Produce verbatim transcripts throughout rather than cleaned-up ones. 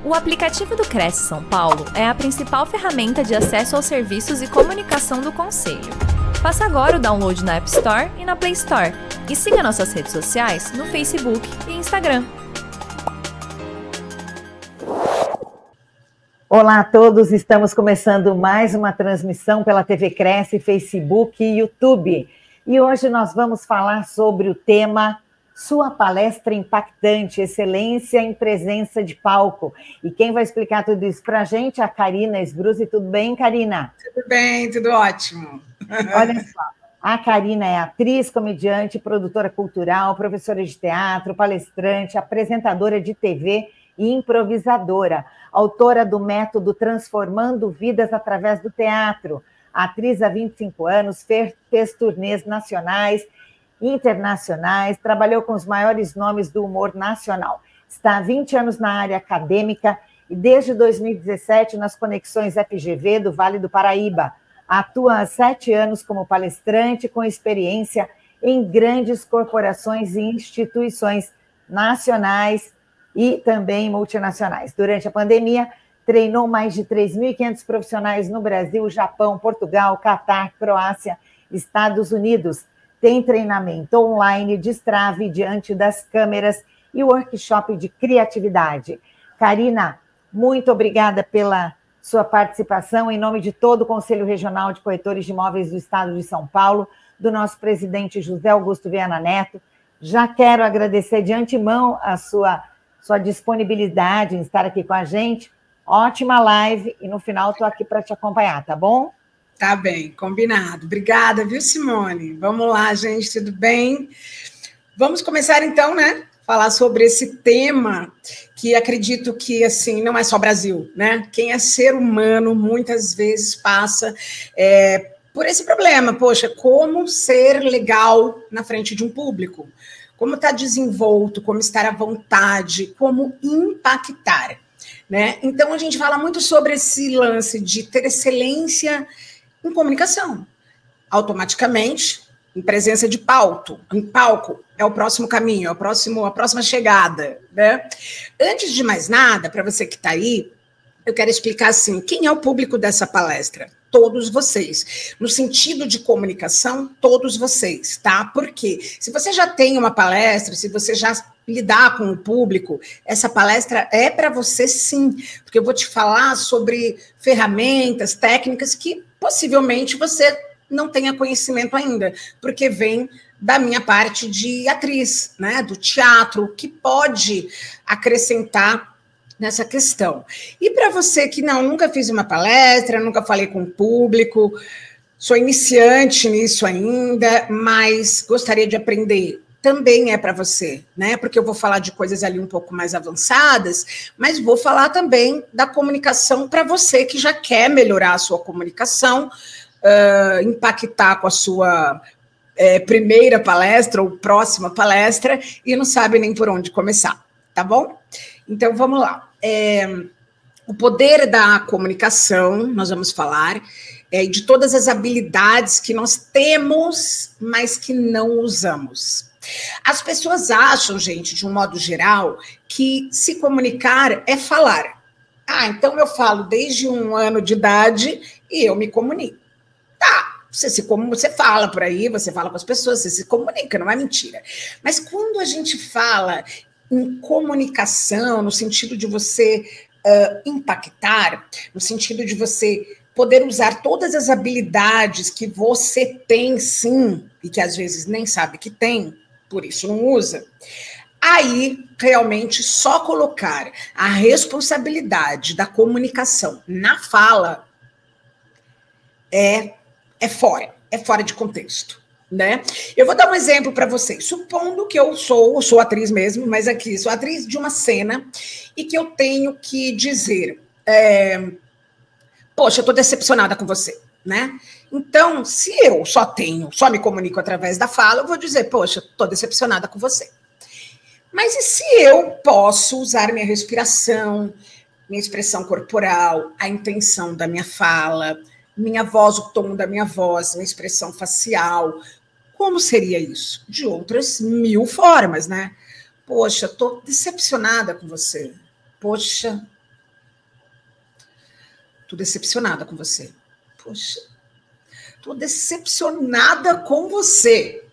O aplicativo do Cresce São Paulo é a principal ferramenta de acesso aos serviços e comunicação do Conselho. Faça agora o download na App Store e na Play Store. E siga nossas redes sociais no Facebook e Instagram. Olá a todos, estamos começando mais uma transmissão pela T V Cresce, Facebook e YouTube. E hoje nós vamos falar sobre o tema Sua Palestra Impactante, Excelência em Presença de Palco. E quem vai explicar tudo isso para a gente é a Karina Sbruzzi. Tudo bem, Karina? Tudo bem, tudo ótimo. Olha só, a Karina é atriz, comediante, produtora cultural, professora de teatro, palestrante, apresentadora de T V e improvisadora, autora do método Transformando Vidas através do Teatro. Atriz há vinte e cinco anos, fez turnês nacionais, internacionais, trabalhou com os maiores nomes do humor nacional. Está há vinte anos na área acadêmica e desde dois mil e dezessete nas conexões F G V do Vale do Paraíba. Atua há sete anos como palestrante com experiência em grandes corporações e instituições nacionais e também multinacionais. Durante a pandemia, treinou mais de três mil e quinhentos profissionais no Brasil, Japão, Portugal, Catar, Croácia, Estados Unidos. Tem treinamento online, destrave diante das câmeras e workshop de criatividade. Karina, muito obrigada pela sua participação em nome de todo o Conselho Regional de Corretores de Imóveis do Estado de São Paulo, do nosso presidente José Augusto Viana Neto. Já quero agradecer de antemão a sua, sua disponibilidade em estar aqui com a gente. Ótima live e no final estou aqui para te acompanhar, tá bom? Tá bem, combinado. Obrigada, viu, Simone? Vamos lá, gente, tudo bem? Vamos começar, então, né? Falar sobre esse tema que acredito que, assim, não é só Brasil, né? Quem é ser humano muitas vezes passa é, por esse problema. Poxa, como ser legal na frente de um público? Como estar desenvolto, como estar à vontade, como impactar, né? Então, a gente fala muito sobre esse lance de ter excelência em comunicação. Automaticamente, em presença de palco, em palco, é o próximo caminho, é o próximo, a próxima chegada, né? Antes de mais nada, para você que está aí, eu quero explicar assim, quem é o público dessa palestra? Todos vocês. No sentido de comunicação, todos vocês, tá? Porque se você já tem uma palestra, se você já lidar com o público, essa palestra é para você sim, porque eu vou te falar sobre ferramentas, técnicas que possivelmente você não tenha conhecimento ainda, porque vem da minha parte de atriz, né, do teatro, que pode acrescentar nessa questão. E para você que não, nunca fiz uma palestra, nunca falei com o público, sou iniciante nisso ainda, mas gostaria de aprender, também é para você, né? Porque eu vou falar de coisas ali um pouco mais avançadas, mas vou falar também da comunicação para você que já quer melhorar a sua comunicação, uh, impactar com a sua é, primeira palestra ou próxima palestra e não sabe nem por onde começar, tá bom? Então, vamos lá. É, o poder da comunicação, nós vamos falar, é, de todas as habilidades que nós temos, mas que não usamos. As pessoas acham, gente, de um modo geral, que se comunicar é falar. Ah, então eu falo desde um ano de idade e eu me comunico. Tá, você, se, você fala por aí, você fala com as pessoas, você se comunica, não é mentira. Mas quando a gente fala em comunicação, no sentido de você uh, impactar, no sentido de você poder usar todas as habilidades que você tem, sim, e que às vezes nem sabe que tem, por isso não usa, aí realmente só colocar a responsabilidade da comunicação na fala é, é fora, é fora de contexto, né? Eu vou dar um exemplo para vocês. Supondo que eu sou, sou atriz mesmo, mas aqui sou atriz de uma cena e que eu tenho que dizer, é, poxa, eu estou decepcionada com você, né? Então, se eu só tenho, só me comunico através da fala, eu vou dizer, poxa, estou decepcionada com você. Mas e se eu posso usar minha respiração, minha expressão corporal, a intenção da minha fala, minha voz, o tom da minha voz, minha expressão facial? Como seria isso? De outras mil formas, né? Poxa, estou decepcionada com você. Poxa, Tô decepcionada com você. Poxa, tô decepcionada com você.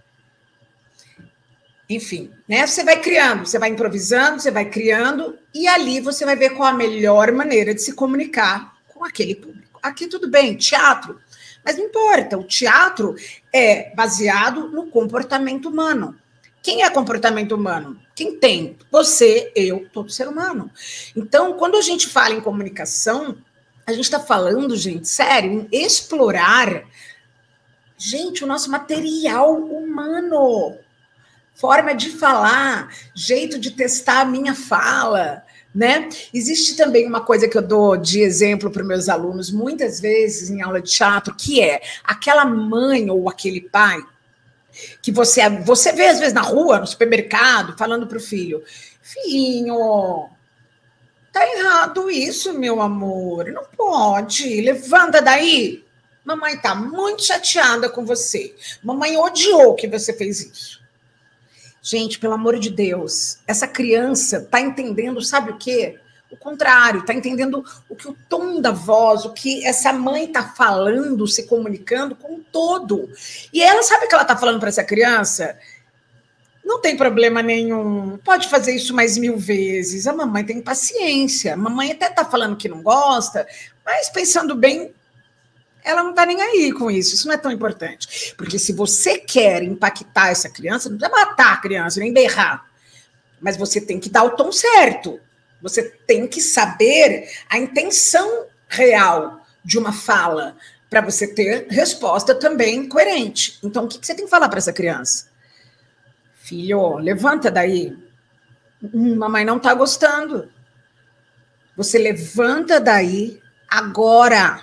Enfim, né? Você vai criando, você vai improvisando, você vai criando, e ali você vai ver qual a melhor maneira de se comunicar com aquele público. Aqui tudo bem, teatro, mas não importa, o teatro é baseado no comportamento humano. Quem é comportamento humano? Quem tem? Você, eu, todo ser humano. Então, quando a gente fala em comunicação, a gente está falando, gente, sério, em explorar, gente, o nosso material humano. Forma de falar, jeito de testar a minha fala, né? Existe também uma coisa que eu dou de exemplo para os meus alunos, muitas vezes em aula de teatro, que é aquela mãe ou aquele pai que você, você vê às vezes na rua, no supermercado, falando para o filho, filhinho, tá errado isso, meu amor, não pode, levanta daí. Mamãe tá muito chateada com você, mamãe odiou que você fez isso. Gente, pelo amor de Deus, essa criança tá entendendo, sabe o quê? O contrário, tá entendendo o que o tom da voz, o que essa mãe tá falando, se comunicando com o todo. E ela sabe que ela tá falando para essa criança? Não tem problema nenhum, pode fazer isso mais mil vezes. A mamãe tem paciência, a mamãe até tá falando que não gosta, mas pensando bem, ela não tá nem aí com isso, isso não é tão importante. Porque se você quer impactar essa criança, não precisa matar a criança, nem berrar. Mas você tem que dar o tom certo. Você tem que saber a intenção real de uma fala para você ter resposta também coerente. Então, o que você tem que falar para essa criança? Filho, levanta daí. Hum, mamãe não tá gostando. Você levanta daí agora.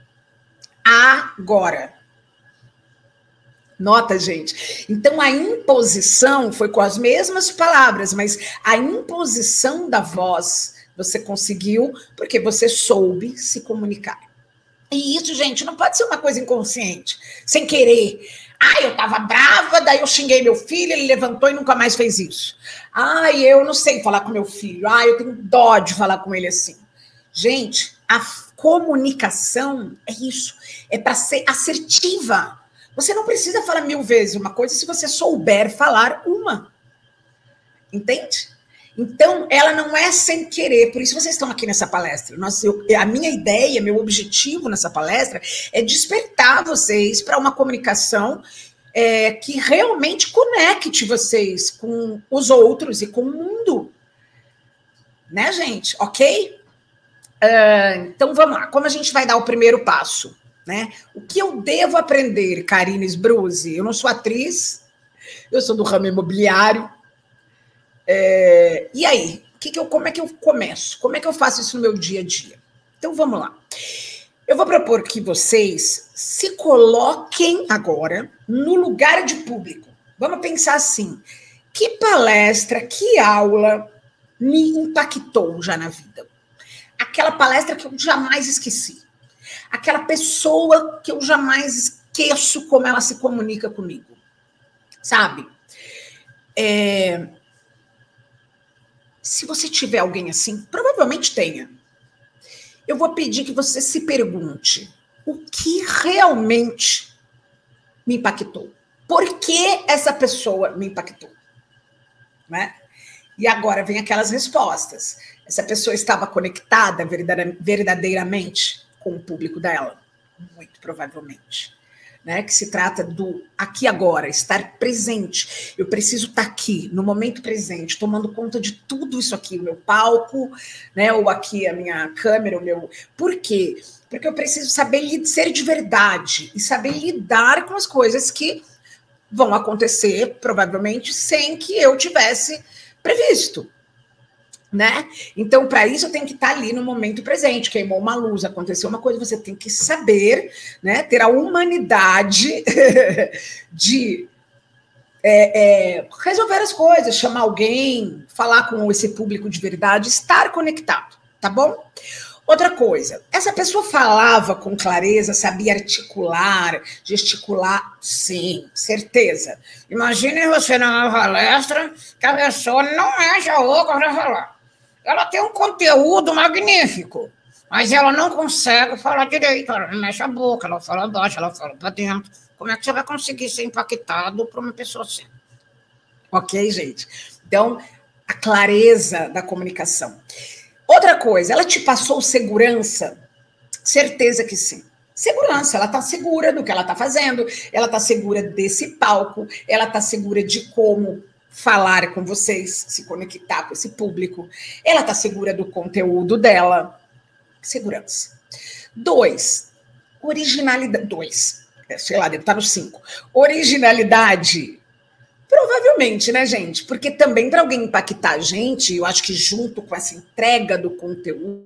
Agora. Nota, gente. Então, a imposição foi com as mesmas palavras, mas a imposição da voz você conseguiu porque você soube se comunicar. E isso, gente, não pode ser uma coisa inconsciente, sem querer. Ah, eu tava brava, daí eu xinguei meu filho, ele levantou e nunca mais fez isso. Ah, eu não sei falar com meu filho. Ah, eu tenho dó de falar com ele assim. Gente, a comunicação é isso. É para ser assertiva. Você não precisa falar mil vezes uma coisa se você souber falar uma. Entende? Então, ela não é sem querer. Por isso vocês estão aqui nessa palestra. Nossa, eu, a minha ideia, meu objetivo nessa palestra é despertar vocês para uma comunicação é, que realmente conecte vocês com os outros e com o mundo. Né, gente? Ok? Uh, então, vamos lá. Como a gente vai dar o primeiro passo? Né? O que eu devo aprender, Karine Sbruzzi? Eu não sou atriz, eu sou do ramo imobiliário. É, e aí? Que que eu, como é que eu começo? Como é que eu faço isso no meu dia a dia? Então, vamos lá. Eu vou propor que vocês se coloquem agora no lugar de público. Vamos pensar assim. Que palestra, que aula me impactou já na vida? Aquela palestra que eu jamais esqueci. Aquela pessoa que eu jamais esqueço como ela se comunica comigo. Sabe? É... Se você tiver alguém assim, provavelmente tenha. Eu vou pedir que você se pergunte o que realmente me impactou. Por que essa pessoa me impactou? Né? E agora vem aquelas respostas. Essa pessoa estava conectada verdadeiramente com o público dela? Muito provavelmente. Né? Que se trata do aqui agora, estar presente. Eu preciso estar aqui, no momento presente, tomando conta de tudo isso aqui, o meu palco, né? Ou aqui a minha câmera, o meu... Por quê? Porque eu preciso saber ser de verdade e saber lidar com as coisas que vão acontecer, provavelmente, sem que eu tivesse previsto. Né? Então, para isso, eu tenho que estar ali no momento presente. Queimou uma luz, aconteceu uma coisa, você tem que saber, né, ter a humanidade de é, é, resolver as coisas, chamar alguém, falar com esse público de verdade, estar conectado, tá bom? Outra coisa, essa pessoa falava com clareza, sabia articular, gesticular, sim, certeza. Imagine você numa palestra que a pessoa não acha louca para falar. Ela tem um conteúdo magnífico, Mas ela não consegue falar direito, ela não mexe a boca, ela fala baixo, ela fala para dentro. Como é que você vai conseguir ser impactado por uma pessoa assim? Ok, gente? Então, a clareza da comunicação. Outra coisa, ela te passou segurança? Certeza que sim. Segurança, ela está segura do que ela está fazendo, ela está segura desse palco, ela está segura de como falar com vocês, se conectar com esse público, ela está segura do conteúdo dela. Segurança. Dois, originalidade. Dois, sei lá, deve estar no cinco. Originalidade. Provavelmente, né, gente? Porque também para alguém impactar a gente, eu acho que junto com essa entrega do conteúdo,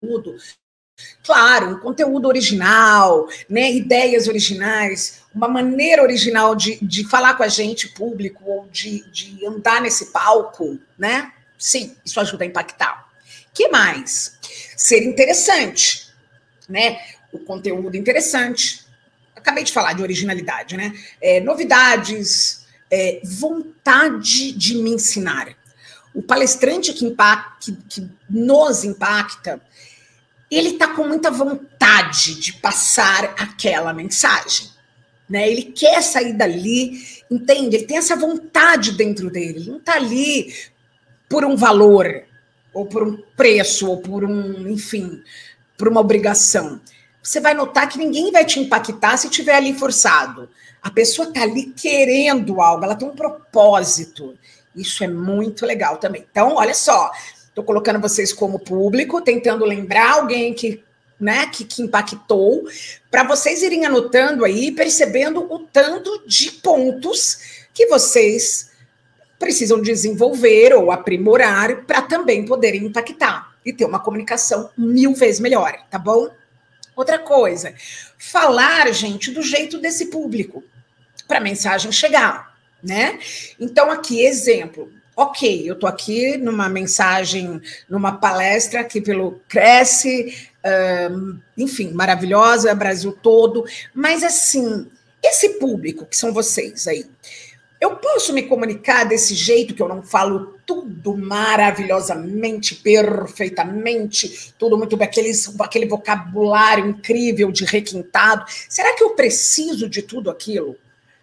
claro, um conteúdo original, né, ideias originais, uma maneira original de, de falar com a gente, público, ou de, de andar nesse palco, né? Sim, isso ajuda a impactar. Que mais? Ser interessante, né? O conteúdo interessante. Acabei de falar de originalidade, né? É, novidades, é, vontade de me ensinar. O palestrante que, impacta, que, que nos impacta, ele está com muita vontade de passar aquela mensagem, né? Ele quer sair dali, entende? Ele tem essa vontade dentro dele. Ele não está ali por um valor, ou por um preço, ou por um, enfim, por uma obrigação. Você vai notar que ninguém vai te impactar se estiver ali forçado. A pessoa está ali querendo algo, ela tem um propósito. Isso é muito legal também. Então, olha só, estou colocando vocês como público, tentando lembrar alguém que, né, que, que impactou, para vocês irem anotando aí, percebendo o tanto de pontos que vocês precisam desenvolver ou aprimorar para também poderem impactar e ter uma comunicação mil vezes melhor, tá bom? Outra coisa, falar, gente, do jeito desse público, para a mensagem chegar, né? Então, aqui, exemplo. Ok, eu estou aqui numa mensagem, numa palestra aqui pelo Cresce, um, enfim, maravilhosa, Brasil todo, mas assim, esse público que são vocês aí, eu posso me comunicar desse jeito que eu não falo tudo maravilhosamente, perfeitamente, tudo muito bem, aqueles, aquele vocabulário incrível de requintado? Será que eu preciso de tudo aquilo?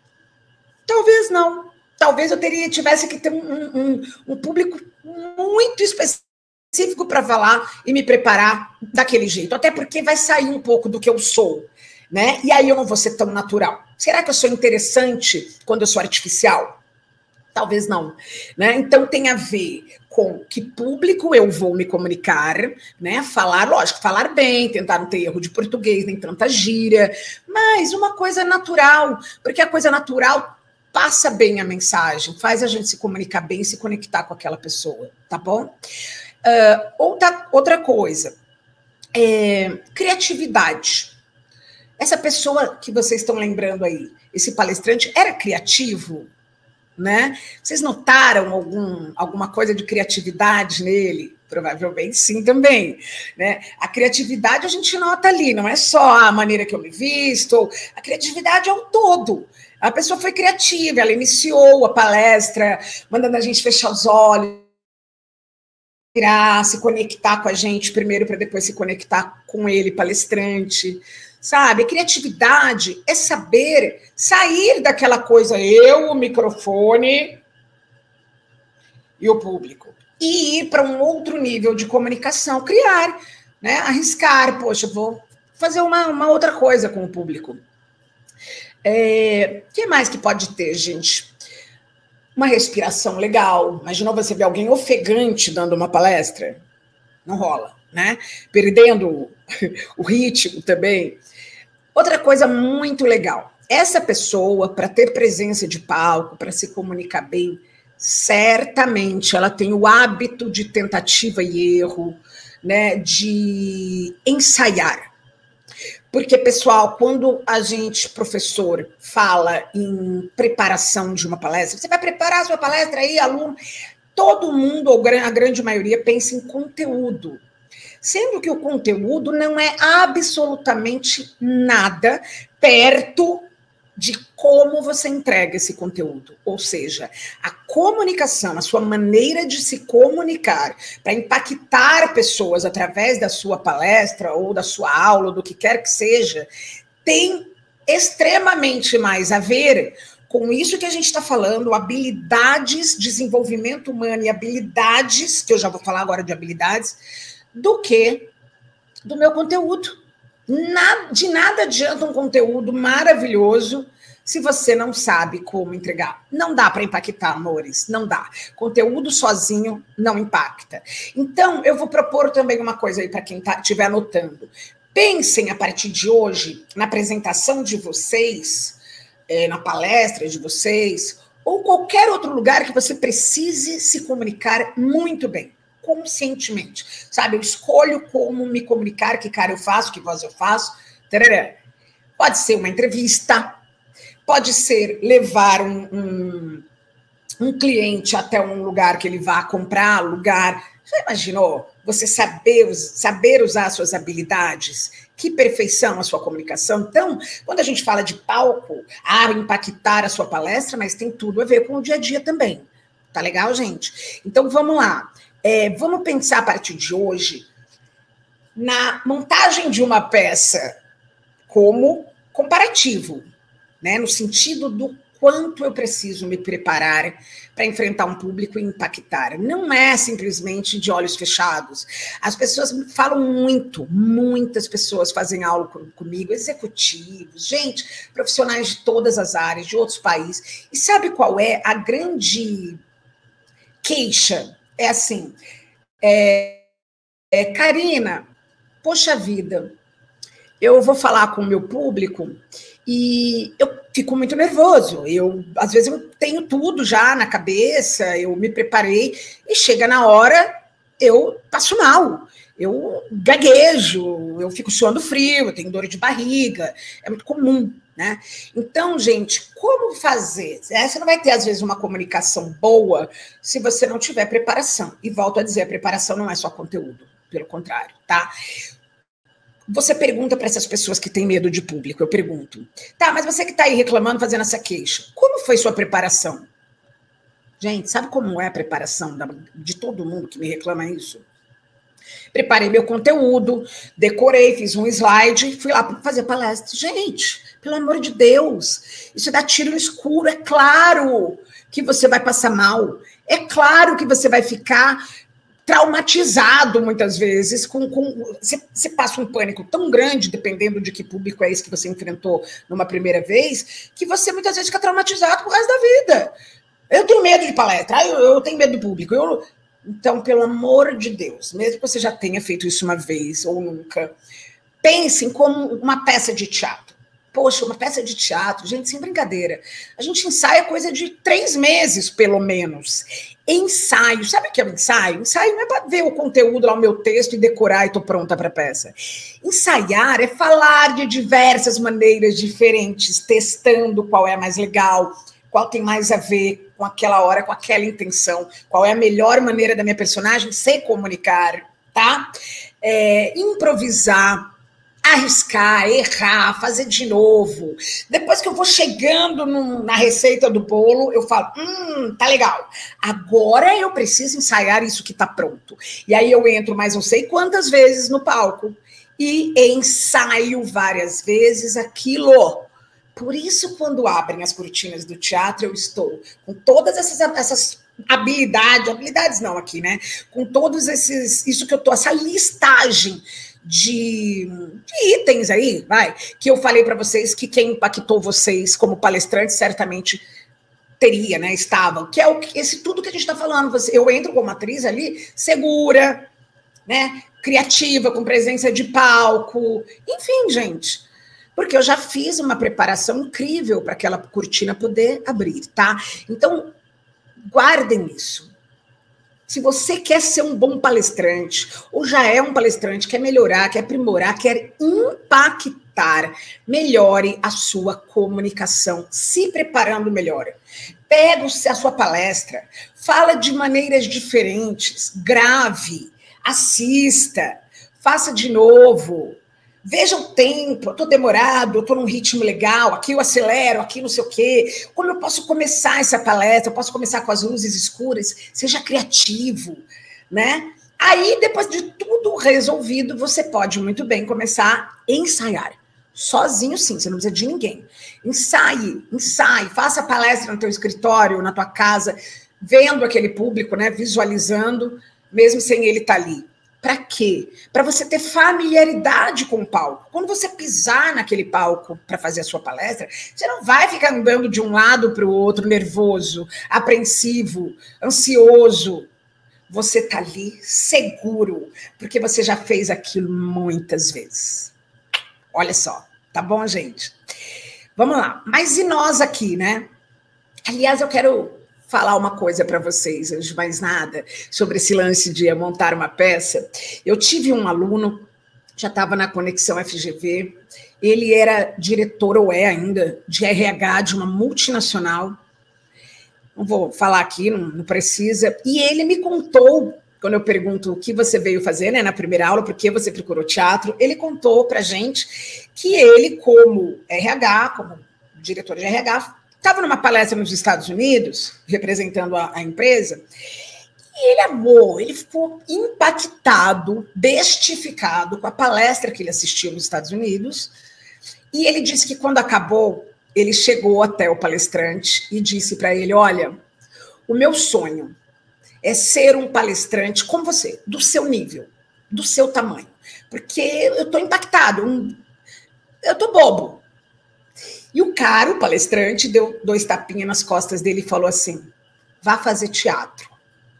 Talvez não. Talvez eu teria, tivesse que ter um, um, um público muito específico para falar e me preparar daquele jeito, até porque vai sair um pouco do que eu sou, né? E aí eu não vou ser tão natural. Será que eu sou interessante quando eu sou artificial? Talvez não, né? Então tem a ver com que público eu vou me comunicar, né? Falar, lógico, falar bem, tentar não ter erro de português, nem tanta gíria, mas uma coisa natural, porque a coisa natural passa bem a mensagem, faz a gente se comunicar bem, se conectar com aquela pessoa, tá bom? Uh, outra, outra coisa, é, criatividade. Essa pessoa que vocês estão lembrando aí, esse palestrante, era criativo, né? Vocês notaram algum, alguma coisa de criatividade nele? Provavelmente sim também, né? A criatividade a gente nota ali, não é só a maneira que eu me visto, a criatividade é o todo. A pessoa foi criativa, ela iniciou a palestra, mandando a gente fechar os olhos, se conectar com a gente primeiro para depois se conectar com ele, palestrante, sabe? A criatividade é saber sair daquela coisa, eu, o microfone e o público, e ir para um outro nível de comunicação, criar, né? Arriscar, poxa, vou fazer uma, uma outra coisa com o público. É, o que mais que pode ter, gente? Uma respiração legal. Imagina você ver alguém ofegante dando uma palestra. Não rola, né? Perdendo o, o ritmo também. Outra coisa muito legal. Essa pessoa, para ter presença de palco, para se comunicar bem, certamente ela tem o hábito de tentativa e erro, né? De ensaiar. Porque, pessoal, quando a gente, professor, fala em preparação de uma palestra, você vai preparar a sua palestra aí, aluno, todo mundo, ou a grande maioria, pensa em conteúdo. Sendo que o conteúdo não é absolutamente nada perto de como você entrega esse conteúdo. Ou seja, a comunicação, a sua maneira de se comunicar para impactar pessoas através da sua palestra ou da sua aula, ou do que quer que seja, tem extremamente mais a ver com isso que a gente está falando, habilidades, desenvolvimento humano e habilidades, que eu já vou falar agora de habilidades, do que do meu conteúdo. Nada, de nada adianta um conteúdo maravilhoso se você não sabe como entregar. Não dá para impactar, amores, não dá. Conteúdo sozinho não impacta. Então, eu vou propor também uma coisa aí para quem estiver tá, anotando. Pensem a partir de hoje, na apresentação de vocês, é, na palestra de vocês, ou qualquer outro lugar que você precise se comunicar muito bem. Conscientemente, sabe? Eu escolho como me comunicar, que cara eu faço, que voz eu faço. Tarará. Pode ser uma entrevista, pode ser levar um, um, um cliente até um lugar que ele vá comprar, lugar. Já imaginou? Você saber, saber usar suas habilidades? Que perfeição a sua comunicação. Então, quando a gente fala de palco, ah, impactar a sua palestra, mas tem tudo a ver com o dia a dia também. Tá legal, gente? Então, vamos lá. É, vamos pensar a partir de hoje na montagem de uma peça como comparativo, né? No sentido do quanto eu preciso me preparar para enfrentar um público e impactar. Não é simplesmente de olhos fechados. As pessoas falam muito, muitas pessoas fazem aula comigo, executivos, gente, profissionais de todas as áreas, de outros países. E sabe qual é a grande queixa? É assim, é, é, Karina, poxa vida, eu vou falar com o meu público e eu fico muito nervoso. Eu, às vezes eu tenho tudo já na cabeça, eu me preparei e chega na hora, eu passo mal. Eu gaguejo, eu fico suando frio, eu tenho dor de barriga, é muito comum, né? Então, gente, como fazer? Você não vai ter, às vezes, uma comunicação boa se você não tiver preparação. E volto a dizer, a preparação não é só conteúdo, pelo contrário, tá? Você pergunta para essas pessoas que têm medo de público, eu pergunto, tá, mas você que está aí reclamando, fazendo essa queixa, como foi sua preparação? Gente, sabe como é a preparação de todo mundo que me reclama isso? Preparei meu conteúdo, decorei, fiz um slide, fui lá para fazer palestra. Gente, pelo amor de Deus, isso dá tiro no escuro. É claro que você vai passar mal. É claro que você vai ficar traumatizado muitas vezes. Com, com, você, você passa um pânico tão grande, dependendo de que público é esse que você enfrentou numa primeira vez, que você muitas vezes fica traumatizado pro resto da vida. Eu tenho medo de palestra, eu, eu tenho medo do público, eu... Então, pelo amor de Deus, mesmo que você já tenha feito isso uma vez ou nunca, pensem como uma peça de teatro. Poxa, uma peça de teatro, gente, sem brincadeira. A gente ensaia coisa de três meses, pelo menos. Ensaio, sabe o que é um ensaio? Ensaio não é para ver o conteúdo lá, o meu texto e decorar e tô pronta para a peça. Ensaiar é falar de diversas maneiras diferentes, testando qual é a mais legal, qual tem mais a ver com aquela hora, com aquela intenção, qual é a melhor maneira da minha personagem se comunicar, tá? É, improvisar, arriscar, errar, fazer de novo. Depois que eu vou chegando no, na receita do bolo, eu falo, hum, tá legal. Agora eu preciso ensaiar isso que tá pronto. E aí eu entro mais não sei quantas vezes no palco e ensaio várias vezes aquilo. Por isso, quando abrem as cortinas do teatro, eu estou com todas essas, essas habilidades, habilidades não aqui, né? Com todos esses, isso que eu tô, essa listagem de, de itens aí, vai, que eu falei para vocês que quem impactou vocês como palestrantes certamente teria, né? Estavam, que é o, esse tudo que a gente está falando. Eu entro como atriz ali, segura, né? Criativa, com presença de palco, enfim, gente. Porque eu já fiz uma preparação incrível para aquela cortina poder abrir, tá? Então, guardem isso. Se você quer ser um bom palestrante, ou já é um palestrante, quer melhorar, quer aprimorar, quer impactar, melhore a sua comunicação, se preparando melhor. Pega a sua palestra, fala de maneiras diferentes, grave, assista, faça de novo. Veja o tempo, eu estou demorado, eu estou num ritmo legal, aqui eu acelero, aqui não sei o quê. Como eu posso começar essa palestra? Eu posso começar com as luzes escuras? Seja criativo, né? Aí, depois de tudo resolvido, você pode muito bem começar a ensaiar. Sozinho, sim, você não precisa de ninguém. Ensaie, ensaie, faça palestra no teu escritório, na tua casa, vendo aquele público, né? Visualizando, mesmo sem ele estar ali. Para quê? Para você ter familiaridade com o palco. Quando você pisar naquele palco para fazer a sua palestra, você não vai ficar andando de um lado para o outro, nervoso, apreensivo, ansioso. Você está ali seguro, porque você já fez aquilo muitas vezes. Olha só, tá bom, gente? Vamos lá. Mas e nós aqui, né? Aliás, eu quero falar uma coisa para vocês, antes de mais nada, sobre esse lance de montar uma peça. Eu tive um aluno, já estava na Conexão F G V, ele era diretor, ou é ainda, de R H de uma multinacional. Não vou falar aqui, não, não precisa. E ele me contou, quando eu pergunto o que você veio fazer, né, na primeira aula, por que você procurou teatro, ele contou para a gente que ele, como R H, como diretor de R H, estava numa palestra nos Estados Unidos, representando a, a empresa, e ele amou, ele ficou impactado, bestificado com a palestra que ele assistiu nos Estados Unidos, e ele disse que quando acabou, ele chegou até o palestrante e disse para ele, olha, o meu sonho é ser um palestrante como você, do seu nível, do seu tamanho, porque eu estou impactado, eu estou bobo. E o cara, o palestrante, deu dois tapinhas nas costas dele e falou assim, vá fazer teatro.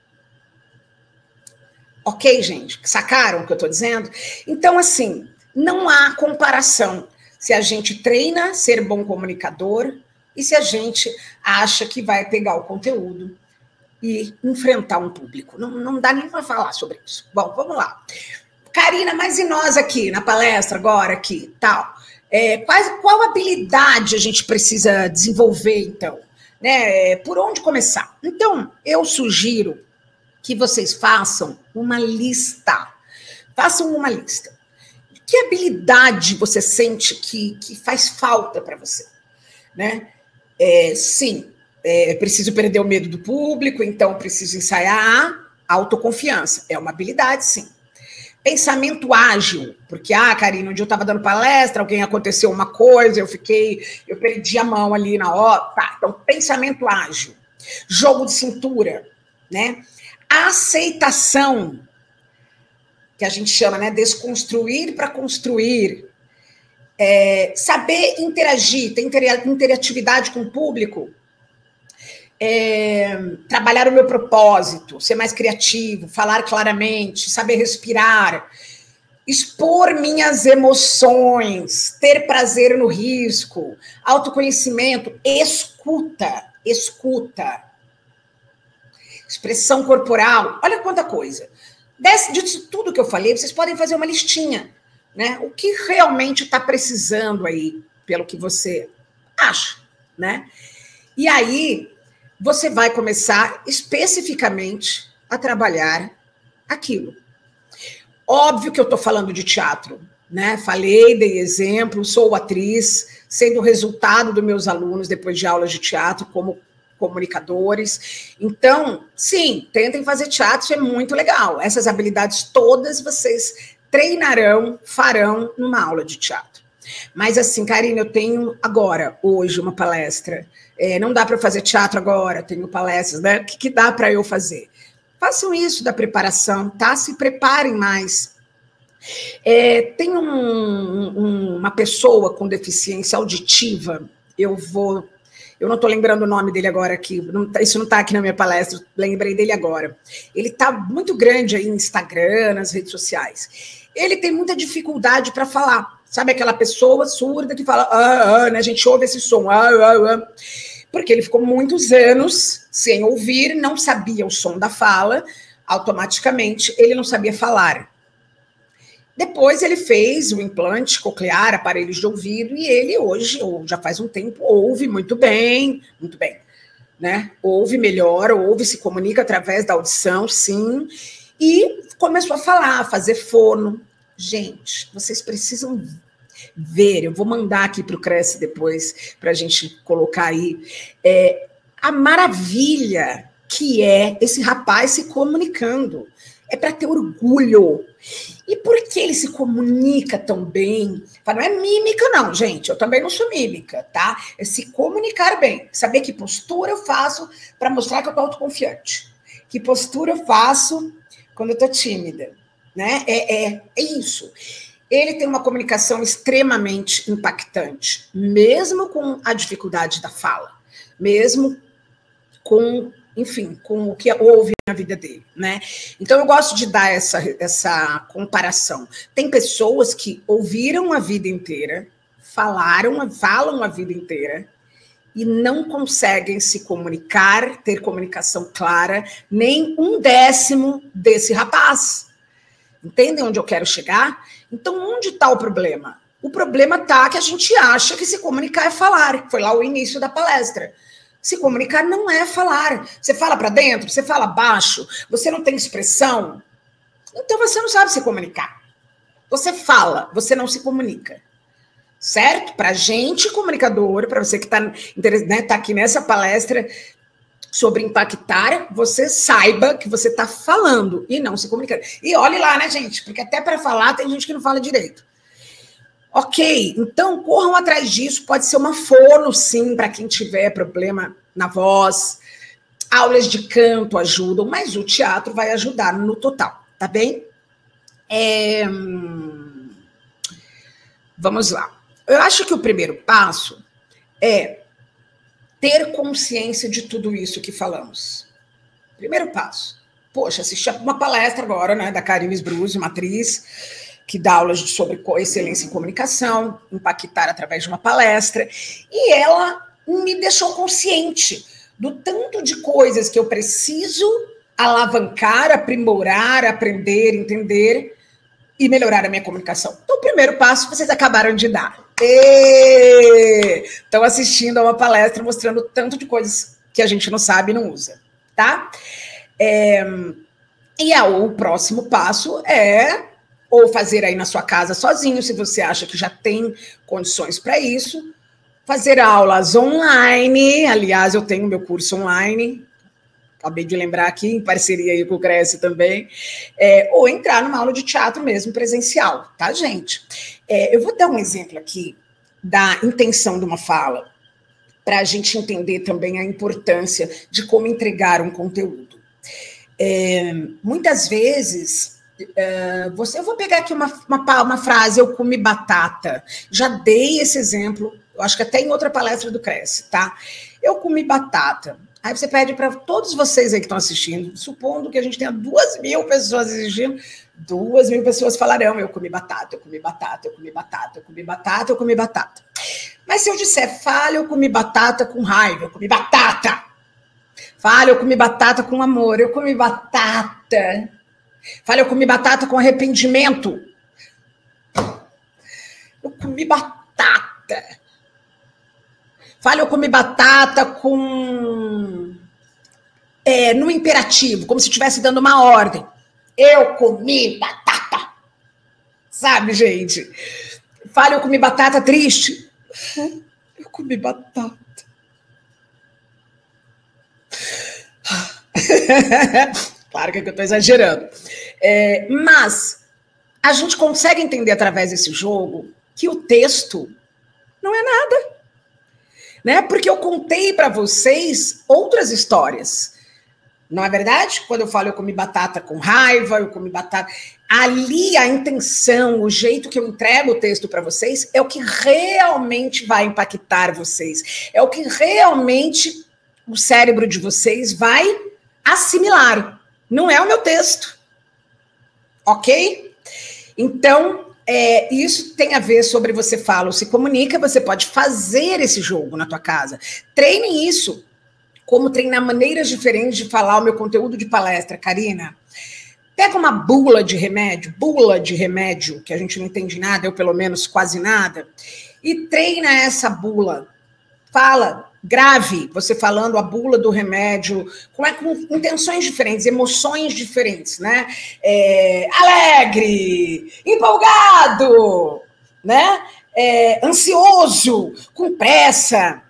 Ok, gente? Sacaram o que eu estou dizendo? Então, assim, não há comparação se a gente treina ser bom comunicador e se a gente acha que vai pegar o conteúdo e enfrentar um público. Não, não dá nem para falar sobre isso. Bom, vamos lá. Karina, mas e nós aqui na palestra agora, aqui, tal? É, quais, qual habilidade a gente precisa desenvolver, então? Né? Por onde começar? Então, eu sugiro que vocês façam uma lista. Façam uma lista. Que habilidade você sente que, que faz falta para você? Né? É, sim, é preciso perder o medo do público, então preciso ensaiar a autoconfiança. É uma habilidade, sim. Pensamento ágil, porque, ah, Karina, um dia eu estava dando palestra, alguém aconteceu uma coisa, eu fiquei, eu perdi a mão ali na hora, tá, então, pensamento ágil. Jogo de cintura, né? Aceitação, que a gente chama, né, desconstruir para construir. É, saber interagir, ter interatividade com o público. É, trabalhar o meu propósito, ser mais criativo, falar claramente, saber respirar, expor minhas emoções, ter prazer no risco, autoconhecimento, escuta, escuta, expressão corporal, olha quanta coisa. Desse, disso tudo que eu falei, vocês podem fazer uma listinha, né? O que realmente está precisando aí, pelo que você acha, né? E aí você vai começar especificamente a trabalhar aquilo. Óbvio que eu estou falando de teatro, né? Falei, dei exemplo, sou atriz, sei do resultado dos meus alunos depois de aulas de teatro como comunicadores. Então, sim, tentem fazer teatro, isso é muito legal. Essas habilidades todas vocês treinarão, farão numa aula de teatro. Mas assim, Karina, eu tenho agora, hoje, uma palestra. É, não dá para fazer teatro agora, tenho palestras, né? O que, que dá para eu fazer? Façam isso da preparação, tá? Se preparem mais. É, tem um, um, uma pessoa com deficiência auditiva, eu vou... Eu não estou lembrando o nome dele agora aqui, não, isso não está aqui na minha palestra, lembrei dele agora. Ele está muito grande aí no Instagram, nas redes sociais. Ele tem muita dificuldade para falar. Sabe aquela pessoa surda que fala, ah, ah, né? A gente ouve esse som, ah, ah, ah. Porque ele ficou muitos anos sem ouvir, não sabia o som da fala, automaticamente ele não sabia falar. Depois ele fez o implante coclear, aparelhos de ouvido, e ele hoje, ou já faz um tempo, ouve muito bem, muito bem, né? Ouve melhor, ouve, se comunica através da audição, sim, e começou a falar, a fazer fono, Gente, vocês precisam ver, eu vou mandar aqui para o Cresce depois, para a gente colocar aí, é, a maravilha que é esse rapaz se comunicando. É para ter orgulho. E por que ele se comunica tão bem? Não é mímica, não, gente. Eu também não sou mímica, tá? É se comunicar bem. Saber que postura eu faço para mostrar que eu tô autoconfiante. Que postura eu faço quando eu tô tímida, né? É, é, é isso. Ele tem uma comunicação extremamente impactante, mesmo com a dificuldade da fala, mesmo com, enfim, com o que houve na vida dele, né? Então eu gosto de dar essa, essa comparação. Tem pessoas que ouviram a vida inteira, falaram, falam a vida inteira e não conseguem se comunicar, ter comunicação clara, nem um décimo desse rapaz. Entendem onde eu quero chegar? Então, onde está o problema? O problema está que a gente acha que se comunicar é falar. Foi lá o início da palestra. Se comunicar não é falar. Você fala para dentro, você fala baixo, você não tem expressão. Então, você não sabe se comunicar. Você fala, você não se comunica. Certo? Para a gente, comunicador, para você que está, né, tá aqui nessa palestra sobre impactar, você saiba que você está falando e não se comunicando. E olhe lá, né, gente? Porque até para falar tem gente que não fala direito. Ok, então corram atrás disso. Pode ser uma fono, sim, para quem tiver problema na voz. Aulas de canto ajudam, mas o teatro vai ajudar no total, tá bem? É... Vamos lá. Eu acho que o primeiro passo é ter consciência de tudo isso que falamos. Primeiro passo. Poxa, assisti uma palestra agora, né, da Karine Sbruzzi, uma atriz que dá aulas sobre excelência em comunicação, impactar através de uma palestra, e ela me deixou consciente do tanto de coisas que eu preciso alavancar, aprimorar, aprender, entender e melhorar a minha comunicação. Então, o primeiro passo vocês acabaram de dar. Estão assistindo a uma palestra mostrando tanto de coisas que a gente não sabe e não usa, tá? É, e a, o próximo passo é ou fazer aí na sua casa sozinho, se você acha que já tem condições para isso, fazer aulas online. Aliás, eu tenho meu curso online, acabei de lembrar aqui, em parceria aí com o Cresce também, é, ou entrar numa aula de teatro mesmo, presencial, tá, gente? É, eu vou dar um exemplo aqui da intenção de uma fala, para a gente entender também a importância de como entregar um conteúdo. É, muitas vezes, é, você, eu vou pegar aqui uma, uma, uma frase, eu comi batata, já dei esse exemplo, eu acho que até em outra palestra do Cresce, tá? Eu comi batata. Aí você pede para todos vocês aí que estão assistindo, supondo que a gente tenha duas mil pessoas assistindo, duas mil pessoas falarão, eu comi batata, eu comi batata, eu comi batata, eu comi batata, eu comi batata. Mas se eu disser, fale, eu comi batata com raiva, eu comi batata. Fale, eu comi batata com amor, eu comi batata. Fale, eu comi batata com arrependimento. Eu comi batata. Fale, eu comi batata com... É, no imperativo, como se estivesse dando uma ordem. Eu comi batata. Sabe, gente? Fale, eu comi batata triste. Eu comi batata. Claro que eu estou exagerando. É, mas a gente consegue entender através desse jogo que o texto não é nada. Né? Porque eu contei para vocês outras histórias. Não é verdade? Quando eu falo eu comi batata com raiva, eu comi batata... Ali a intenção, o jeito que eu entrego o texto para vocês é o que realmente vai impactar vocês. É o que realmente o cérebro de vocês vai assimilar. Não é o meu texto. Ok? Então... É, isso tem a ver sobre você fala ou se comunica, você pode fazer esse jogo na tua casa. Treine isso, como treinar maneiras diferentes de falar o meu conteúdo de palestra, Karina. Pega uma bula de remédio, bula de remédio, que a gente não entende nada, eu pelo menos quase nada, e treina essa bula. Fala grave, você falando a bula do remédio, com, com intenções diferentes, emoções diferentes, né? É, alegre, empolgado, né? É, ansioso, com pressa,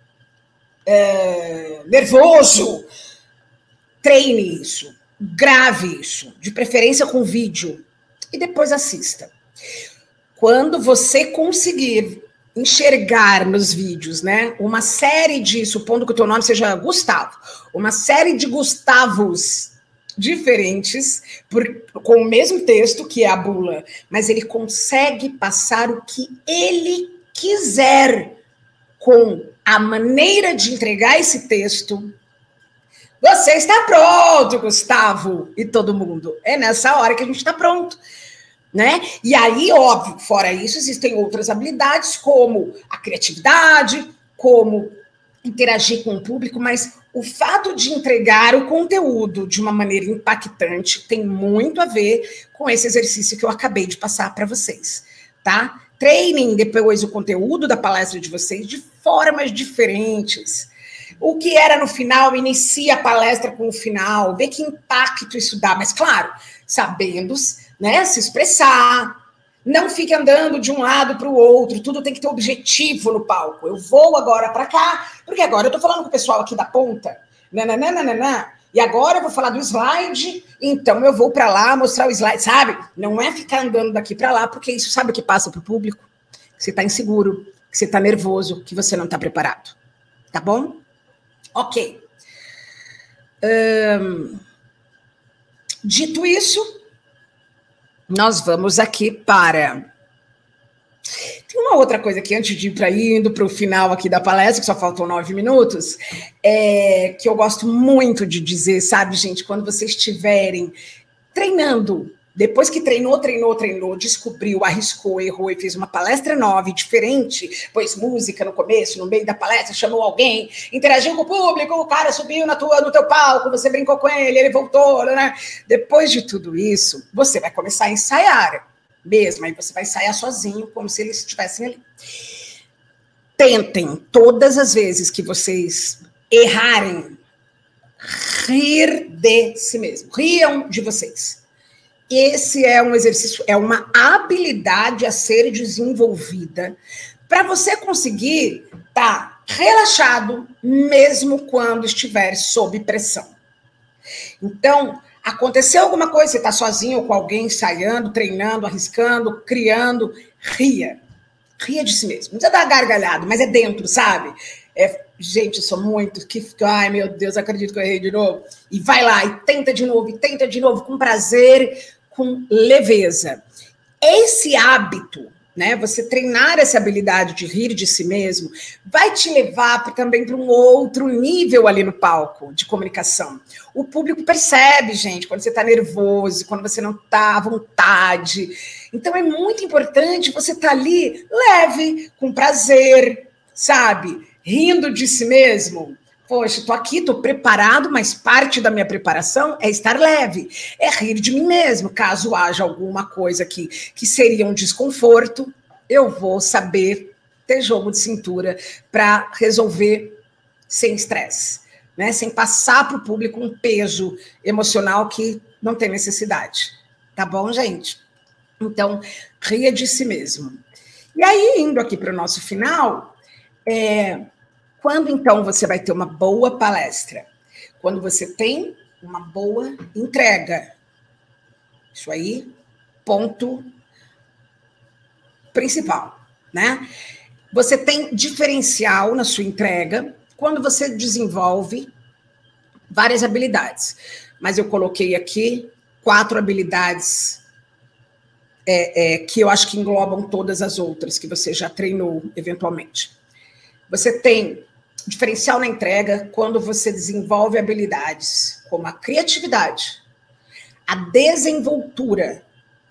é, nervoso. Treine isso, grave isso, de preferência com vídeo, e depois assista. Quando você conseguir enxergar nos vídeos, né, uma série de, supondo que o teu nome seja Gustavo, uma série de Gustavos diferentes, por, com o mesmo texto, que é a bula, mas ele consegue passar o que ele quiser com a maneira de entregar esse texto. Você está pronto, Gustavo, e todo mundo. É nessa hora que a gente está pronto. Né? E aí, óbvio, fora isso, existem outras habilidades, como a criatividade, como interagir com o público, mas o fato de entregar o conteúdo de uma maneira impactante tem muito a ver com esse exercício que eu acabei de passar para vocês, tá? Treinem depois o conteúdo da palestra de vocês de formas diferentes. O que era no final, inicia a palestra com o final, vê que impacto isso dá, mas claro, sabendo, né, se expressar, não fique andando de um lado para o outro, tudo tem que ter objetivo no palco. Eu vou agora para cá, porque agora eu estou falando com o pessoal aqui da ponta, nananana, e agora eu vou falar do slide, então eu vou para lá mostrar o slide, sabe? Não é ficar andando daqui para lá, porque isso sabe o que passa para o público? Que você está inseguro, que você está nervoso, que você não está preparado. Tá bom? Ok. Hum, dito isso, nós vamos aqui para... Tem uma outra coisa aqui, antes de ir para indo para o final aqui da palestra, que só faltam nove minutos, é, que eu gosto muito de dizer, sabe, gente? Quando vocês estiverem treinando, depois que treinou, treinou, treinou, descobriu, arriscou, errou e fez uma palestra nova e diferente, pôs música no começo, no meio da palestra, chamou alguém, interagiu com o público, o cara subiu na tua, no teu palco, você brincou com ele, ele voltou, né? Depois de tudo isso, você vai começar a ensaiar mesmo, aí você vai ensaiar sozinho, como se eles estivessem ali. Tentem, todas as vezes que vocês errarem, rir de si mesmo, riam de vocês. Esse é um exercício, é uma habilidade a ser desenvolvida para você conseguir estar relaxado mesmo quando estiver sob pressão. Então, aconteceu alguma coisa, você está sozinho ou com alguém, ensaiando, treinando, arriscando, criando, ria. Ria de si mesmo. Não precisa dar gargalhado, mas é dentro, sabe? É, gente, eu sou muito... Que, ai, meu Deus, acredito que eu errei de novo. E vai lá, e tenta de novo, e tenta de novo, com prazer, com leveza. Esse hábito, né, você treinar essa habilidade de rir de si mesmo, vai te levar pra, também para um outro nível ali no palco de comunicação. O público percebe, gente, quando você está nervoso, quando você não está à vontade. Então, é muito importante você estar tá ali leve, com prazer, sabe? Rindo de si mesmo. Poxa, estou aqui, estou preparado, mas parte da minha preparação é estar leve, é rir de mim mesmo. Caso haja alguma coisa que, que seria um desconforto, eu vou saber ter jogo de cintura para resolver sem estresse, né? Sem passar para o público um peso emocional que não tem necessidade. Tá bom, gente? Então, ria de si mesmo. E aí, indo aqui para o nosso final... É, quando, então, você vai ter uma boa palestra? Quando você tem uma boa entrega. Isso aí, ponto principal, né? Você tem diferencial na sua entrega quando você desenvolve várias habilidades. Mas eu coloquei aqui quatro habilidades é, é, que eu acho que englobam todas as outras que você já treinou eventualmente. Você tem diferencial na entrega quando você desenvolve habilidades como a criatividade, a desenvoltura,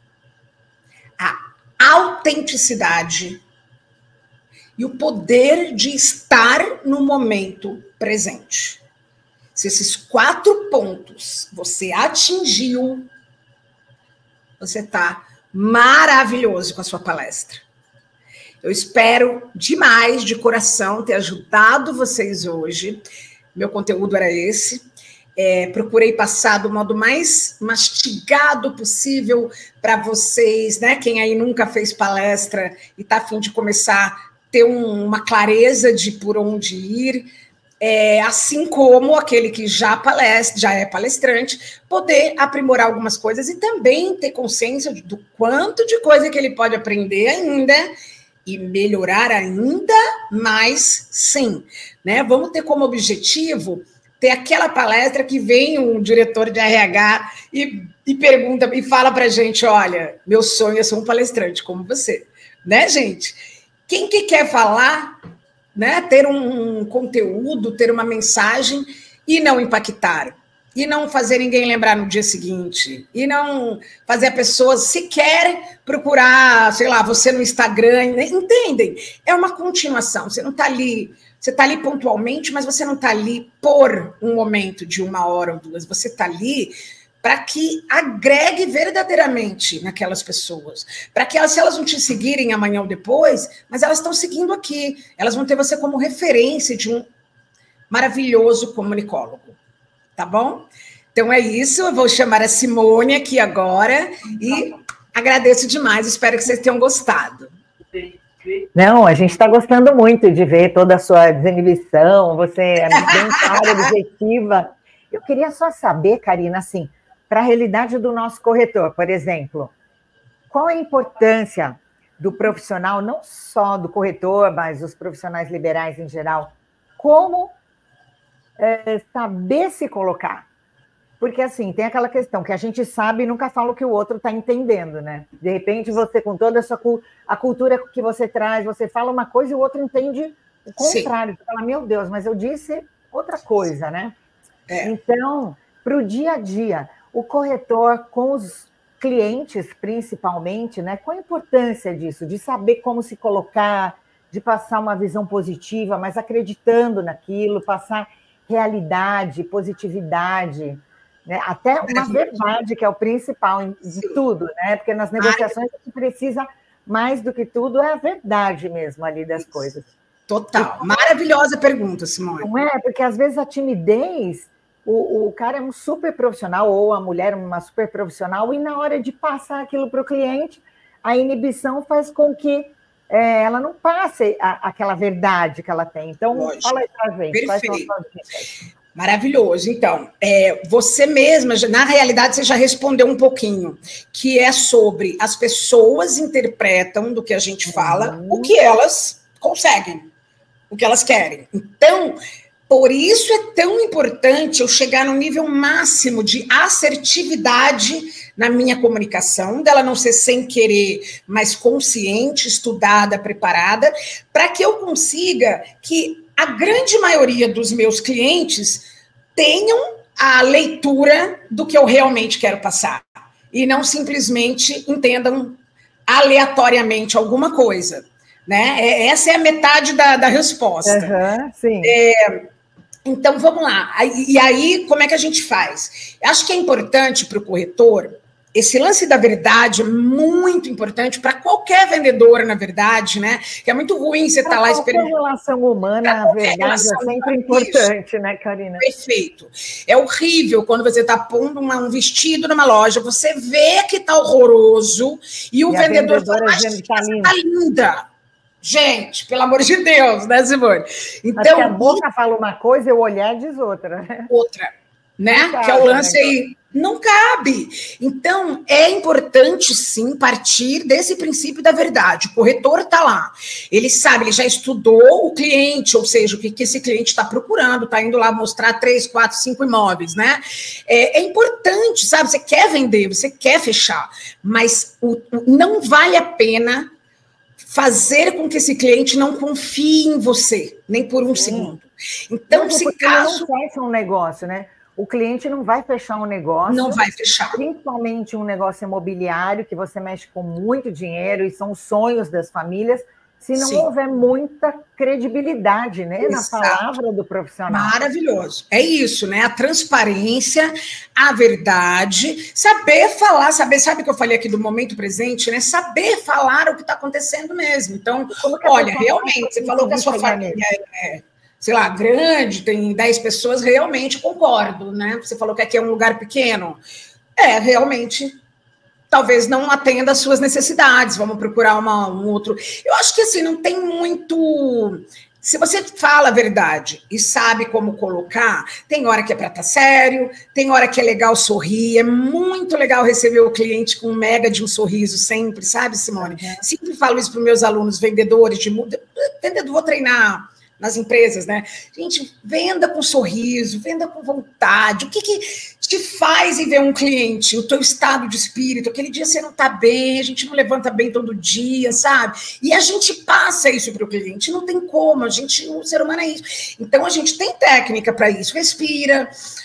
a autenticidade e o poder de estar no momento presente. Se esses quatro pontos você atingiu, você está maravilhoso com a sua palestra. Eu espero demais, de coração, ter ajudado vocês hoje. Meu conteúdo era esse. É, procurei passar do modo mais mastigado possível para vocês, né? Quem aí nunca fez palestra e está a fim de começar a ter um, uma clareza de por onde ir, é, assim como aquele que já, palestra, já é palestrante, poder aprimorar algumas coisas e também ter consciência do quanto de coisa que ele pode aprender ainda e melhorar ainda mais, sim. Né? Vamos ter como objetivo ter aquela palestra que vem um diretor de R H e, e pergunta e fala para a gente, olha, meu sonho é ser um palestrante como você, né, gente? Quem que quer falar, né, ter um, um conteúdo, ter uma mensagem e não impactar, e não fazer ninguém lembrar no dia seguinte, e não fazer a pessoa sequer procurar, sei lá, você no Instagram, entendem? É uma continuação, você não está ali... Você está ali pontualmente, mas você não está ali por um momento de uma hora ou duas. Você está ali para que agregue verdadeiramente naquelas pessoas. Para que elas, se elas não te seguirem amanhã ou depois, mas elas estão seguindo aqui. Elas vão ter você como referência de um maravilhoso comunicólogo. Tá bom? Então é isso. Eu vou chamar a Simone aqui agora e agradeço demais. Espero que vocês tenham gostado. Não, a gente está gostando muito de ver toda a sua desinibição, você é bem clara, objetiva. Eu queria só saber, Karina, assim, para a realidade do nosso corretor, por exemplo, qual a importância do profissional, não só do corretor, mas dos profissionais liberais em geral, como é, saber se colocar? Porque, assim, tem aquela questão que a gente sabe e nunca fala o que o outro está entendendo, né? De repente, você, com toda a sua a cultura que você traz, você fala uma coisa e o outro entende o contrário. Sim. Você fala, meu Deus, mas eu disse outra coisa, né? É. Então, para o dia a dia, o corretor com os clientes, principalmente, né? Qual a importância disso? De saber como se colocar, de passar uma visão positiva, mas acreditando naquilo, passar realidade, positividade... Né? Até uma verdade, que é o principal de tudo, né? Porque nas negociações a gente precisa, mais do que tudo, é a verdade mesmo ali das coisas. Total. Então, maravilhosa pergunta, Simone. Não é? Porque às vezes a timidez, o, o cara é um super profissional, ou a mulher uma super profissional, e na hora de passar aquilo para o cliente, a inibição faz com que é, ela não passe a, aquela verdade que ela tem. Então, Lógico. Fala aí pra gente. Perfeito. Maravilhoso. Então, é, você mesma, na realidade, você já respondeu um pouquinho, que é sobre as pessoas interpretam do que a gente fala, uhum. o que elas conseguem, o que elas querem. Então, por isso é tão importante eu chegar no nível máximo de assertividade na minha comunicação, dela não ser sem querer, mas consciente, estudada, preparada, para que eu consiga que a grande maioria dos meus clientes tenham a leitura do que eu realmente quero passar e não simplesmente entendam aleatoriamente alguma coisa, né? Essa é a metade da, da resposta. Uhum, sim. É, então, vamos lá. E aí, como é que a gente faz? Acho que é importante para o corretor, esse lance da verdade é muito importante para qualquer vendedora, na verdade, né? Que é muito ruim você estar tá lá esperando. Qualquer relação humana, a verdade é sempre importante, né, Karina? Perfeito. É horrível quando você está pondo uma, um vestido numa loja, você vê que está horroroso e o e vendedor fala, acha que está linda. Tá linda. Gente, pelo amor de Deus, né, Simone? Então, Acho que a boca e... fala uma coisa e o olhar diz outra, né? Outra, né? Cabe, que é o lance né? aí. Não cabe. Então, é importante, sim, partir desse princípio da verdade. O corretor está lá. Ele sabe, ele já estudou o cliente, ou seja, o que, que esse cliente está procurando, está indo lá mostrar três, quatro, cinco imóveis, né? É, é importante, sabe? Você quer vender, você quer fechar, mas o, o, não vale a pena fazer com que esse cliente não confie em você, nem por um sim. segundo. Então, não, se caso... não fecha um negócio, né? O cliente não vai fechar um negócio. Não vai fechar. Principalmente um negócio imobiliário, que você mexe com muito dinheiro e são os sonhos das famílias, se não Sim. houver muita credibilidade, né, na palavra do profissional. Maravilhoso. É isso, né? A transparência, a verdade, saber falar, saber, sabe o que eu falei aqui do momento presente, né? Saber falar o que está acontecendo mesmo. Então, olha, realmente, você falou que a sua família é, sei lá, grande, tem dez pessoas, realmente concordo, né? Você falou que aqui é um lugar pequeno. É, realmente... talvez não atenda às suas necessidades, vamos procurar uma, um outro... Eu acho que, assim, não tem muito... Se você fala a verdade e sabe como colocar, tem hora que é para estar sério, tem hora que é legal sorrir, é muito legal receber o cliente com um mega de um sorriso sempre, sabe, Simone? Uhum. Sempre falo isso para os meus alunos, vendedores de... Vendedor, vou treinar... nas empresas, né? Gente, venda com sorriso, venda com vontade. O que, que te faz em ver um cliente? O teu estado de espírito. Aquele dia você não tá bem, a gente não levanta bem todo dia, sabe? E a gente passa isso para o cliente. Não tem como, a gente, o ser humano é isso. Então, a gente tem técnica para isso. Respira.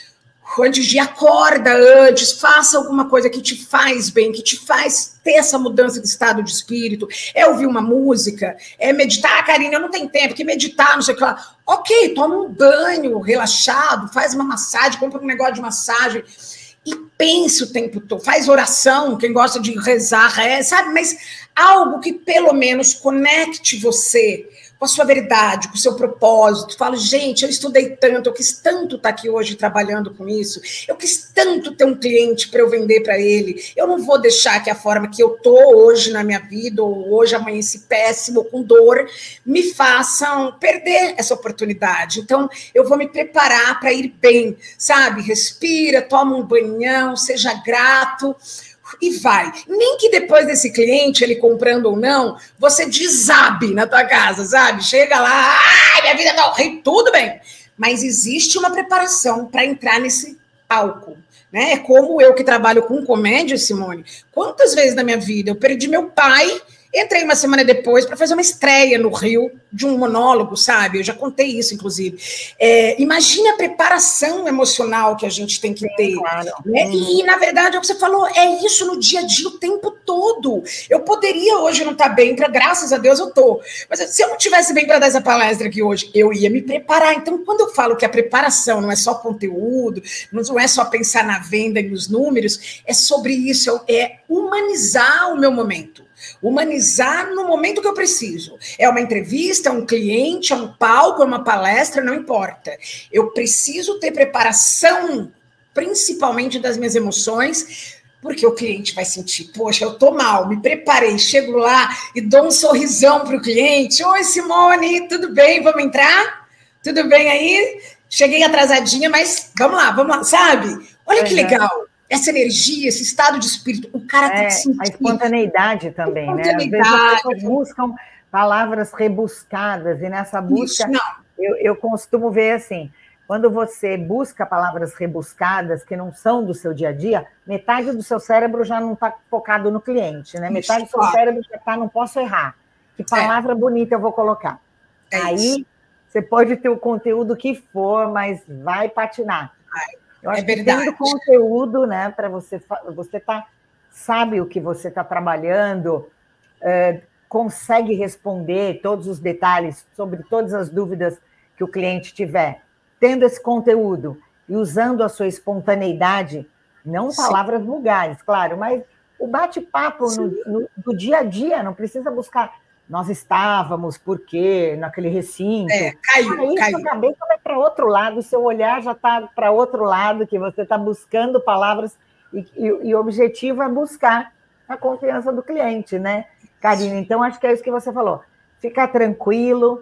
Antes de acorda antes, faça alguma coisa que te faz bem, que te faz ter essa mudança de estado de espírito. É ouvir uma música, é meditar. Ah, Karine, eu não tenho tempo, que meditar, não sei o que lá. Ok, toma um banho relaxado, faz uma massagem, compra um negócio de massagem e pense o tempo todo. Faz oração, quem gosta de rezar, reza, sabe? Mas algo que pelo menos conecte você com a sua verdade, com o seu propósito. Falo, gente, eu estudei tanto, eu quis tanto estar aqui hoje trabalhando com isso, eu quis tanto ter um cliente para eu vender para ele, eu não vou deixar que a forma que eu estou hoje na minha vida, ou hoje amanheci péssimo, com dor, me façam perder essa oportunidade. Então, eu vou me preparar para ir bem, sabe? Respira, toma um banhão, seja grato, e vai. Nem que depois desse cliente, ele comprando ou não, você desabe na tua casa, sabe? Chega lá, ai, minha vida tá horrível, tudo bem. Mas existe uma preparação para entrar nesse palco, né? É como eu que trabalho com comédia, Simone. Quantas vezes na minha vida eu perdi meu pai, entrei uma semana depois para fazer uma estreia no Rio de um monólogo, sabe? Eu já contei isso, inclusive. É, imagine a preparação emocional que a gente tem que ter. Sim, claro. Né? Hum. E, na verdade, é o que você falou, é isso no dia a dia, o tempo todo. Eu poderia hoje não estar bem, pra, graças a Deus eu estou. Mas se eu não estivesse bem para dar essa palestra aqui hoje, eu ia me preparar. Então, quando eu falo que a preparação não é só conteúdo, não é só pensar na venda e nos números, é sobre isso, é humanizar o meu momento. Humanizar no momento que eu preciso. É uma entrevista, é um cliente, é um palco, é uma palestra, não importa. Eu preciso ter preparação, principalmente das minhas emoções, porque o cliente vai sentir, poxa, eu tô mal, me preparei, chego lá e dou um sorrisão para o cliente. Oi, Simone, tudo bem? Vamos entrar? Tudo bem aí? Cheguei atrasadinha, mas vamos lá, vamos lá, sabe? Olha que legal. Essa energia, esse estado de espírito, o cara é, tem que sentir. A espontaneidade também, a espontaneidade. Né? Às vezes as pessoas buscam palavras rebuscadas, e nessa busca, Isso, eu, eu costumo ver assim, quando você busca palavras rebuscadas que não são do seu dia a dia, metade do seu cérebro já não está focado no cliente, né? Metade Isso, do seu claro. cérebro já está, não posso errar. Que palavra é. bonita eu vou colocar? É Aí, isso. você pode ter o conteúdo que for, mas vai patinar. Vai. Eu acho é que tendo conteúdo, né, para você, você tá, sabe o que você está trabalhando, é, consegue responder todos os detalhes sobre todas as dúvidas que o cliente tiver. Tendo esse conteúdo e usando a sua espontaneidade, não Sim. palavras vulgares, claro, mas o bate-papo no, no, do dia a dia, não precisa buscar... Nós estávamos, por quê, naquele recinto. É, caiu, Aí caiu. sua cabeça vai para outro lado, seu olhar já está para outro lado, que você está buscando palavras, e, e, e o objetivo é buscar a confiança do cliente, né, Karine? Então, acho que é isso que você falou. Ficar tranquilo,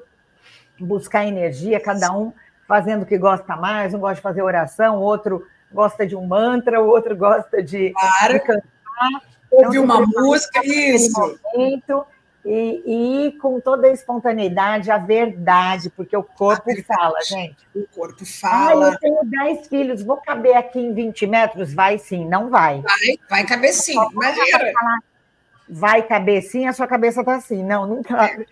buscar energia, cada um fazendo o que gosta mais, um gosta de fazer oração, o outro gosta de um mantra, o outro gosta de, claro. de cantar. Ouvir então, uma música, isso. Momento, E, e com toda a espontaneidade, a verdade, porque o corpo fala, gente. O corpo fala. Ah, eu tenho dez filhos, vou caber aqui em vinte metros? Vai sim, não vai. Vai, vai caber sim, imagina. Vai caber sim, a sua cabeça está assim. Não, não cabe.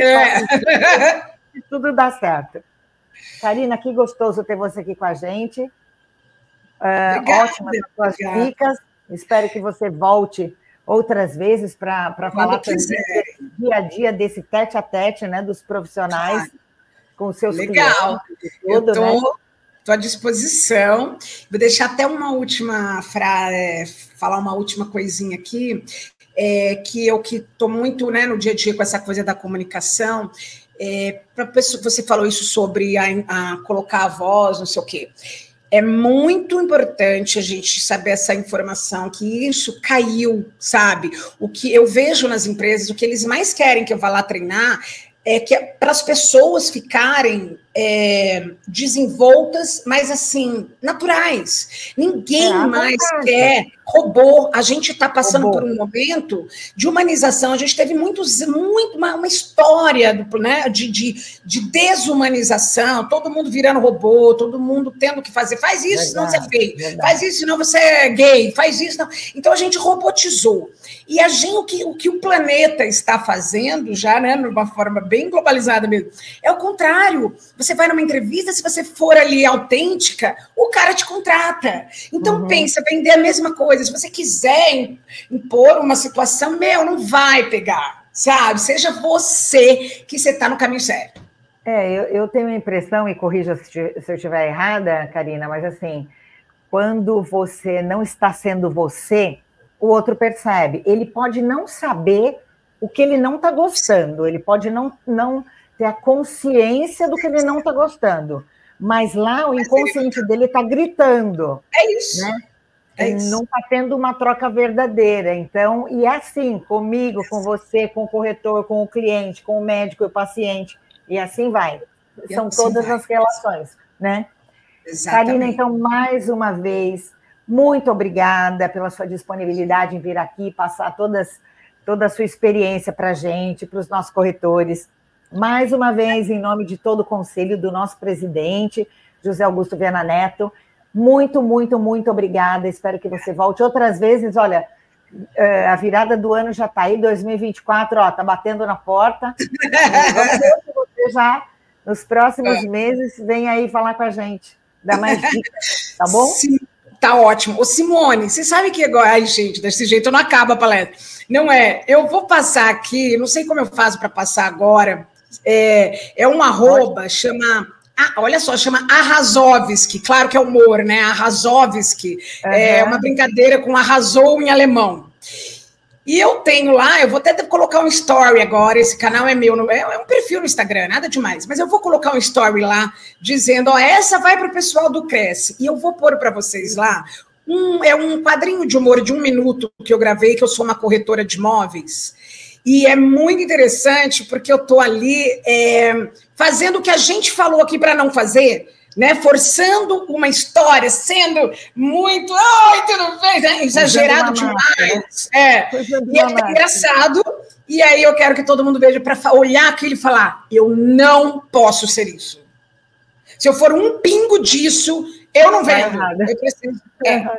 É. Tudo dá certo. Karina, que gostoso ter você aqui com a gente. Uh, ótimas as suas dicas. Espero que você volte outras vezes para falar quiser. dia a dia desse tete a tete, né, dos profissionais ah, com seus legal. clientes. Tudo, eu tô, né? tô à disposição. Vou deixar até uma última frase, falar uma última coisinha aqui, é, que eu que estou muito, né, no dia a dia com essa coisa da comunicação. É, pra pessoa, você falou isso sobre a, a colocar a voz, não sei o quê. É muito importante a gente saber essa informação, que isso caiu, sabe? O que eu vejo nas empresas, o que eles mais querem que eu vá lá treinar é que para as pessoas ficarem é, desenvoltas, mas assim, naturais. Ninguém é, mais quer robô. A gente está passando robô. por um momento de humanização. A gente teve muitos, muito, uma, uma história do, né, de, de, de desumanização, todo mundo virando robô, todo mundo tendo que fazer. Faz isso, senão você é feio. Verdade. Faz isso, senão você é gay. Faz isso, não. Então a gente robotizou. E a gente, o que, o que o planeta está fazendo, já, né, de uma forma bem globalizada mesmo, é o contrário. Você vai numa entrevista, se você for ali autêntica, o cara te contrata. Então, uhum. pensa, vender a mesma coisa. Se você quiser impor uma situação, meu, não vai pegar, sabe? Seja você que você está no caminho certo. É, eu, eu tenho a impressão, e corrija se, se eu estiver errada, Karina, mas assim, quando você não está sendo você, o outro percebe. Ele pode não saber o que ele não está gostando, ele pode não, não ter a consciência do que ele não está gostando, mas lá o inconsciente dele está gritando. É isso. Né? É isso. Não está tendo uma troca verdadeira. Então, e é assim, comigo, com você, com o corretor, com o cliente, com o médico e o paciente, e assim vai. E São assim todas vai. As relações, né? Exatamente. Karina, então, mais uma vez, muito obrigada pela sua disponibilidade em vir aqui, passar todas, toda a sua experiência para a gente, para os nossos corretores. Mais uma vez, em nome de todo o conselho do nosso presidente, José Augusto Viana Neto, muito, muito, muito obrigada. Espero que você volte outras vezes. Olha, a virada do ano já está aí, dois mil e vinte e quatro, ó, está batendo na porta. Vamos ver se você já, nos próximos meses, vem aí falar com a gente, dar mais dicas, tá bom? Sim. Tá ótimo. Ô, Simone, você sabe que agora... Ai, gente, desse jeito não acaba a palestra. Não é? Eu vou passar aqui, não sei como eu faço para passar agora. É, é um arroba, chama... Ah, olha só, chama Arrasovski. Claro que é humor, né? Arrasovski. Uhum. É uma brincadeira com arrasou em alemão. E eu tenho lá, eu vou até colocar um story agora, esse canal é meu, é um perfil no Instagram, nada demais, mas eu vou colocar um story lá, dizendo, ó, essa vai para o pessoal do Cresce, e eu vou pôr para vocês lá, um, é um quadrinho de humor de um minuto que eu gravei, que eu sou uma corretora de imóveis, e é muito interessante, porque eu estou ali é, fazendo o que a gente falou aqui para não fazer, né, forçando uma história, sendo muito, ai, tudo bem, né? Exagerado demais. É. E é engraçado, e aí eu quero que todo mundo veja para olhar aquilo e falar, eu não posso ser isso. Se eu for um pingo disso, eu não vendo. Eu preciso. É.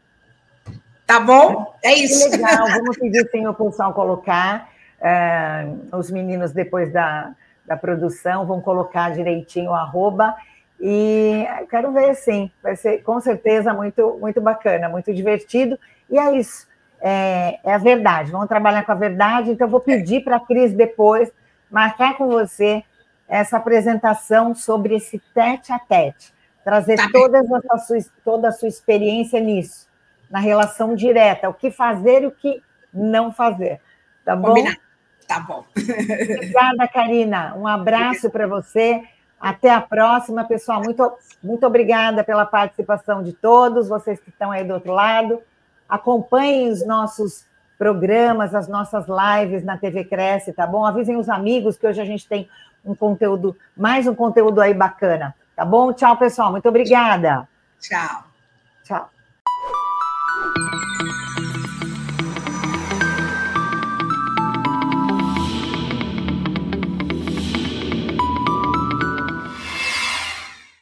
Tá bom? É isso. Que legal, vamos pedir sim o pessoal colocar, uh, os meninos depois da, da produção vão colocar direitinho o arroba. E quero ver, sim, vai ser com certeza muito, muito bacana, muito divertido, e é isso, é, é a verdade, vamos trabalhar com a verdade, então eu vou pedir para a Cris depois marcar com você essa apresentação sobre esse tete a tete, trazer tá todas a sua, toda a sua experiência nisso, na relação direta, o que fazer e o que não fazer, tá bom? Combinado. Tá bom. Obrigada, Karina, um abraço para você. Até a próxima, pessoal. Muito, muito obrigada pela participação de todos, vocês que estão aí do outro lado. Acompanhem os nossos programas, as nossas lives na T V Cresce, tá bom? Avisem os amigos que hoje a gente tem um conteúdo, mais um conteúdo aí bacana, tá bom? Tchau, pessoal. Muito obrigada. Tchau. Tchau.